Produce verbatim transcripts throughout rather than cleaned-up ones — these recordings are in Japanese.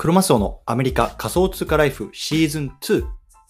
クロマスオのアメリカ仮想通貨ライフシーズンツー。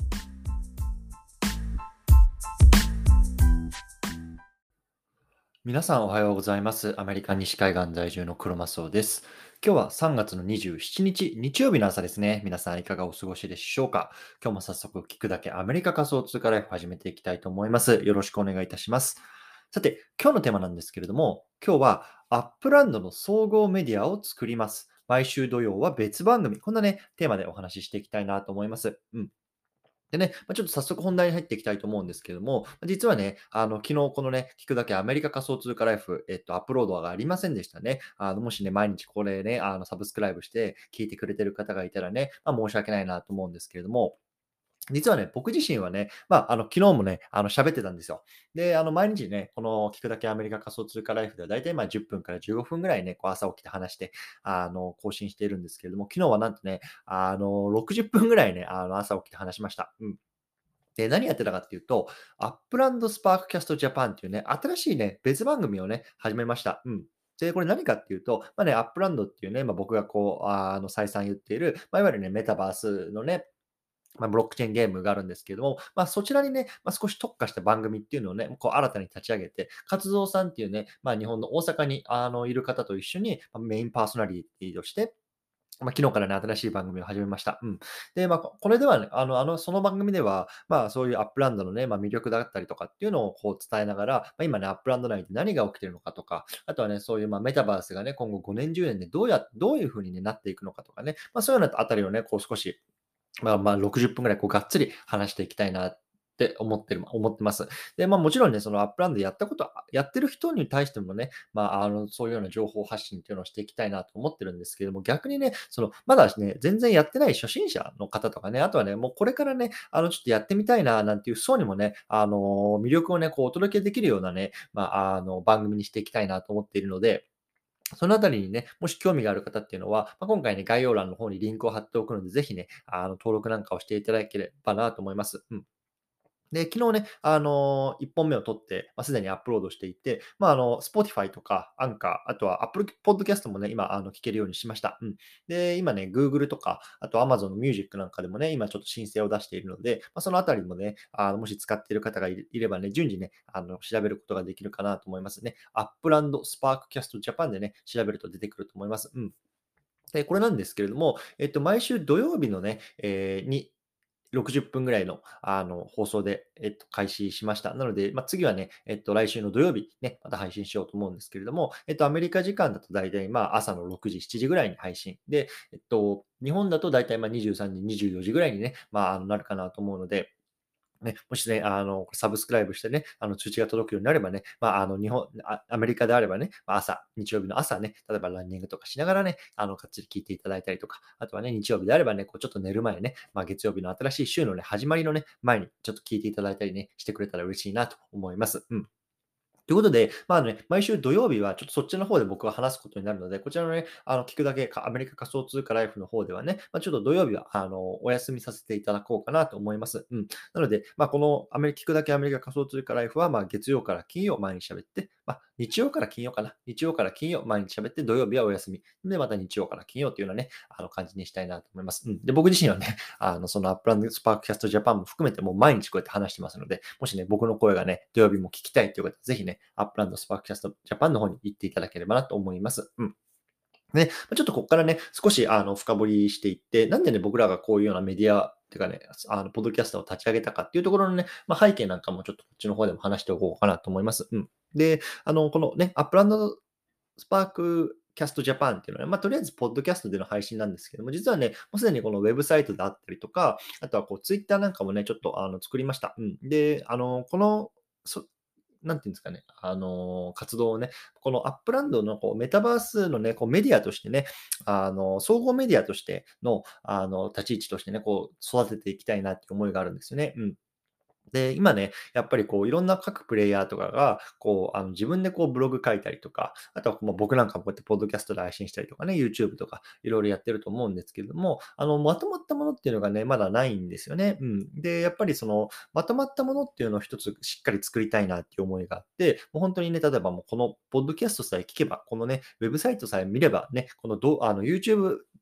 皆さんおはようございます。アメリカ西海岸在住のクロマスオです。今日はさんがつのにじゅうしちにち日曜日の朝ですね。皆さんいかがお過ごしでしょうか。今日も早速聞くだけアメリカ仮想通貨ライフ始めていきたいと思います。よろしくお願いいたします。さて、今日のテーマなんですけれども、今日はアップランドの総合メディアを作ります。毎週土曜は別番組。こんなね、テーマでお話ししていきたいなと思います。うん。でね、まあ、ちょっと早速本題に入っていきたいと思うんですけども、実はね、あの、昨日このね、聞くだけアメリカ仮想通貨ライフ、えっと、アップロードがありませんでしたね。あの、もしね、毎日これね、あの、サブスクライブして聞いてくれてる方がいたらね、まあ、申し訳ないなと思うんですけれども、実はね、僕自身はね、まあ、あの、昨日もね、あの、喋ってたんですよ。で、あの、毎日ね、この聞くだけアメリカ仮想通貨ライフではだいたいまあじゅっぷんからじゅうごふんぐらいね、こう朝起きて話して、あの、更新しているんですけれども、昨日はなんとね、あの、ろくじゅっぷんぐらいね、あの、朝起きて話しました。うん。で、何やってたかっていうと、アップランドスパークキャストジャパンっていうね、新しいね、別番組をね、始めました。うん。で、これ何かっていうと、まあね、アップランドっていうね、まあ、僕がこう、ああの、再三言っている、まあ、いわゆるね、メタバースのね、まあ、ブロックチェーンゲームがあるんですけども、まあ、そちらにね、まあ、少し特化した番組っていうのをね、こう新たに立ち上げて、活動さんっていうね、まあ、日本の大阪にあのいる方と一緒に、まあメインパーソナリティとして、まあ、昨日からね、新しい番組を始めました。うん。で、まあ、ここれではね、あのあの、その番組では、まあ、そういうアップランドのね、まあ、魅力だったりとかっていうのをこう伝えながら、まあ、今ね、アップランド内で何が起きてるのかとか、あとはね、そういうまあメタバースがね、今後ごねん、じゅうねんでどうやどういう風にね、なっていくのかとかね、まあ、そういうようなあたりをね、こう少しまあまあ、ろくじゅっぷんぐらいこうがっつり話していきたいなって思ってる思ってます。で、まあもちろんね、そのアップランドやったこと、やってる人に対してもね、まあ、あの、そういうような情報発信っていうのをしていきたいなと思ってるんですけれども、逆にね、その、まだね、全然やってない初心者の方とかね、あとはね、もうこれからね、あの、ちょっとやってみたいななんていう層にもね、あの、魅力をね、こうお届けできるようなね、まあ、あの、番組にしていきたいなと思っているので、そのあたりにね、もし興味がある方っていうのは、まあ、今回ね、概要欄の方にリンクを貼っておくので、ぜひね、あの、登録なんかをしていただければなと思います。うん。で、昨日ね、あの、いっぽんめを撮って、まあ、すでにアップロードしていて、まあ、あの、Spotify とか Anchor、あとは Apple Podcast もね、今、あの、聞けるようにしました。うん。で、今ね、Google とか、あと Amazon の Music なんかでもね、今ちょっと申請を出しているので、まあ、そのあたりもね、あの、もし使っている方がいれいればね、順次ね、あの、調べることができるかなと思いますね。アップランドスパークキャストジャパンでね、調べると出てくると思います。うん。で、これなんですけれども、えっと、毎週土曜日のね、えーに、ろくじゅっぷんぐらいの、あの、放送で、えっと、開始しました。なので、まあ、次はね、えっと、来週の土曜日ね、また配信しようと思うんですけれども、えっと、アメリカ時間だと大体、まあ、朝のろくじ、しちじぐらいに配信。で、えっと、日本だと大体、まあ、にじゅうさんじ、にじゅうよじぐらいにね、まあ、あの、なるかなと思うので、ね、もしね、あの、サブスクライブしてね、あの、通知が届くようになればね、まあ、あの、日本、あアメリカであればね、まあ、朝、日曜日の朝ね、例えばランニングとかしながらね、あの、かっちり聞いていただいたりとか、あとはね、日曜日であればね、こう、ちょっと寝る前ね、まあ、月曜日の新しい週のね、始まりのね、前にちょっと聞いていただいたりね、してくれたら嬉しいなと思います。うん。ということで、まあね、毎週土曜日はちょっとそっちの方で僕は話すことになるので、こちらのね、あの、聞くだけかアメリカ仮想通貨ライフの方ではね、まあ、ちょっと土曜日は、あの、お休みさせていただこうかなと思います。うん。なので、まあ、このアメリ聞くだけアメリカ仮想通貨ライフは、まあ、月曜から金曜毎日喋って、まあ、日曜から金曜かな。日曜から金曜毎日喋って、土曜日はお休み。で、また日曜から金曜というようなね、あの感じにしたいなと思います。うん。で、僕自身はね、あの、そのアップランドスパークキャストジャパンも含めてもう毎日こうやって話してますので、もしね、僕の声がね、土曜日も聞きたいという方は、ぜひね、アップランドスパークキャストジャパンの方に行っていただければなと思います。うん。で、ちょっとここからね、少しあの深掘りしていって、なんでね、僕らがこういうようなメディアっていうかね、あの、ポッドキャストを立ち上げたかっていうところのね、まあ、背景なんかもちょっとこっちの方でも話しておこうかなと思います。うん。で、あの、このね、アップランドスパークキャストジャパンっていうのはね、まあ、とりあえずポッドキャストでの配信なんですけども、実はね、もうすでにこのウェブサイトであったりとか、あとはこうツイッターなんかもね、ちょっとあの作りました。うん。で、あの、この、そなんていうんですかね、あの、活動をね、このアップランドのこうメタバースのね、こうメディアとしてね、あの、総合メディアとしての、あの、立ち位置としてね、こう育てていきたいなっていう思いがあるんですよね。うん。で、今ね、やっぱりこういろんな各プレイヤーとかが、こう、あの自分でこうブログ書いたりとか、あとはもう僕なんかもこうやってポッドキャストで配信したりとかね、YouTube とかいろいろやってると思うんですけれども、あの、まとまったものっていうのがね、まだないんですよね。うん。で、やっぱりその、まとまったものっていうのを一つしっかり作りたいなっていう思いがあって、もう本当にね、例えばもうこのポッドキャストさえ聞けば、このね、ウェブサイトさえ見ればね、このど、あの YouTube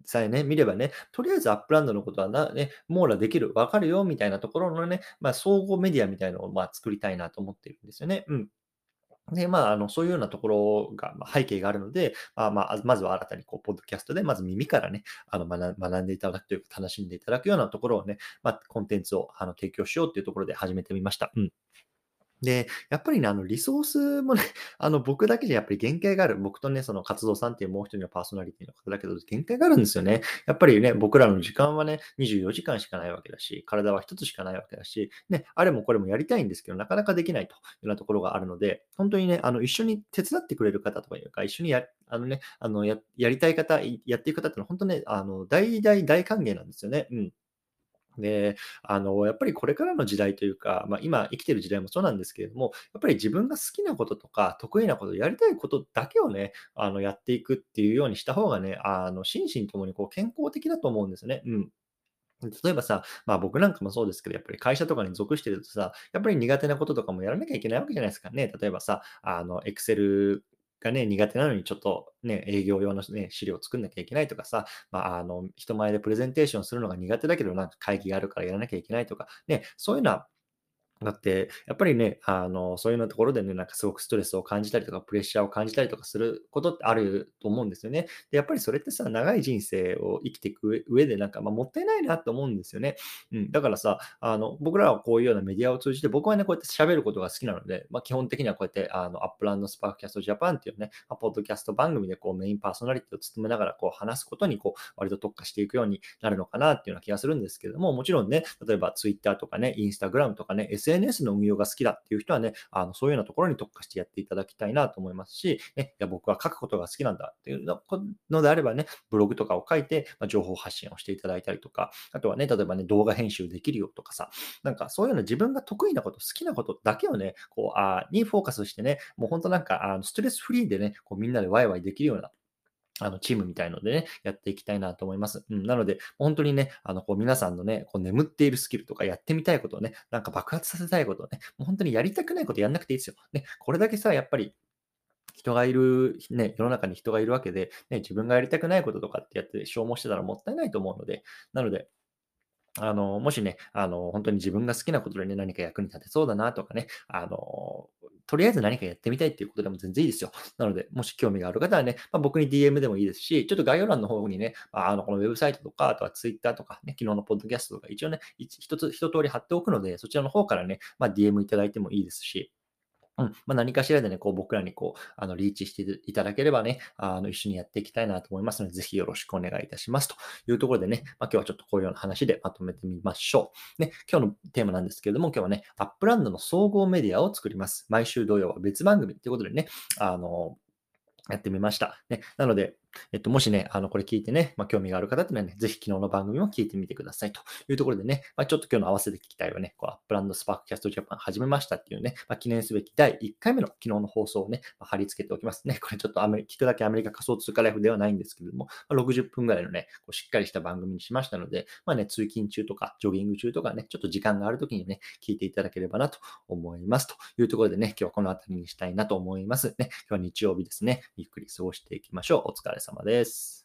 さえね、見ればね、とりあえずアップランドのことはなね、網羅できる、わかるよみたいなところのね、まあ、総合メディアみたいなのを、まあ、作りたいなと思っているんですよね。うん。で、まあ、あの、そういうようなところが、まあ、背景があるので、まあまあ、まずは新たにこう、ポッドキャストで、まず耳からね、あの、学学んでいただくというか、楽しんでいただくようなところをね、まあ、コンテンツを、あの、提供しようっていうところで始めてみました。うん。で、やっぱりね、あの、リソースもね、あの、僕だけじゃやっぱり限界がある。僕とね、その活動さんっていうもう一人のパーソナリティの方だけど、限界があるんですよね。やっぱりね、僕らの時間はね、にじゅうよじかんしかないわけだし、体は一つしかないわけだし、ね、あれもこれもやりたいんですけど、なかなかできないというようなところがあるので、本当にね、あの、一緒に手伝ってくれる方とかいうか、一緒にやあのね、あの、ややりたい方、いやっていく方ってのは本当ね、あの、大大大歓迎なんですよね。うん。で、あの、やっぱりこれからの時代というか、まあ、今生きてる時代もそうなんですけれども、やっぱり自分が好きなこととか、得意なこと、やりたいことだけをね、あの、やっていくっていうようにした方がね、あの、心身ともにこう健康的だと思うんですね。うん。例えばさ、まあ僕なんかもそうですけど、やっぱり会社とかに属してるとさ、やっぱり苦手なこととかもやらなきゃいけないわけじゃないですかね。例えばさ、あの、Excel がね、苦手なのにちょっとね、営業用のね、資料を作んなきゃいけないとかさ、まあ、あの、人前でプレゼンテーションするのが苦手だけど、なんか会議があるからやらなきゃいけないとか、ね、そういうのはだって、やっぱりね、あの、そういうようなところでね、なんかすごくストレスを感じたりとか、プレッシャーを感じたりとかすることってあると思うんですよね。で、やっぱりそれってさ、長い人生を生きていく上上でなんか、まあ、もったいないなと思うんですよね。うん、だからさ、あの、僕らはこういうようなメディアを通じて、僕はね、こうやって喋ることが好きなので、まあ、基本的にはこうやって、あの、アップランドスパークキャストジャパンっていうね、まあ、ポッドキャスト番組でこうメインパーソナリティを務めながらこう話すことにこう割と特化していくようになるのかなっていうような気がするんですけれども、もちろんね、例えば Twitter とかね、Instagram とかね、エスエヌエス の運用が好きだっていう人はね、あの、そういうようなところに特化してやっていただきたいなと思いますし、ね、いや、僕は書くことが好きなんだっていうののであればね、ブログとかを書いて、まあ、情報発信をしていただいたりとか、あとはね、例えばね、動画編集できるよとかさ、なんかそういうの自分が得意なこと、好きなことだけをね、こう、あにフォーカスしてね、もう本当なんか、あの、ストレスフリーでね、こうみんなでワイワイできるようなあの、チームみたいのでね、やっていきたいなと思います。うん、なので、本当にね、あの、こう皆さんのね、こう眠っているスキルとかやってみたいことをね、なんか爆発させたいことをね、もう本当にやりたくないことやんなくていいですよ。ね、これだけさ、やっぱり人がいる、ね、世の中に人がいるわけで、ね、自分がやりたくないこととかってやって消耗してたらもったいないと思うので、なので、あの、もしね、あの、本当に自分が好きなことでね、何か役に立てそうだなとかね、あの、とりあえず何かやってみたいっていうことでも全然いいですよ。なので、もし興味がある方はね、まあ、僕に ディーエム でもいいですし、ちょっと概要欄の方にね、ああの、このウェブサイトとか、あとは Twitter とかね、昨日のポッドキャストとか、一応ね、一一つ一通り貼っておくので、そちらの方からね、まあ、ディーエム いただいてもいいですし、うん、まあ、何かしらでね、こう僕らにこう、あの、リーチしていただければね、あの、一緒にやっていきたいなと思いますので、ぜひよろしくお願いいたしますというところでね、まあ、今日はちょっとこういうような話でまとめてみましょう。ね、今日のテーマなんですけれども、今日はね、アップランドの総合メディアを作ります。毎週土曜は別番組ということでね、あの、やってみました。ね、なので、えっと、もしね、あの、これ聞いてね、まあ、興味がある方っていうのはね、ぜひ昨日の番組も聞いてみてくださいというところでね、まあ、ちょっと今日の合わせて聞きたいはね、こう、アップランドスパークキャストジャパン始めましたっていうね、まあ、記念すべきだいいっかいめの昨日の放送をね、まあ、貼り付けておきますね。これちょっとアメリ聞くだけアメリカ仮想通貨ライフではないんですけれども、まあ、ろくじゅっぷんぐらいのね、こうしっかりした番組にしましたので、まあね、通勤中とか、ジョギング中とかね、ちょっと時間がある時にね、聞いていただければなと思いますというところでね、今日はこの辺りにしたいなと思います。ね、今日は日曜日ですね、ゆっくり過ごしていきましょう。お疲れ様です。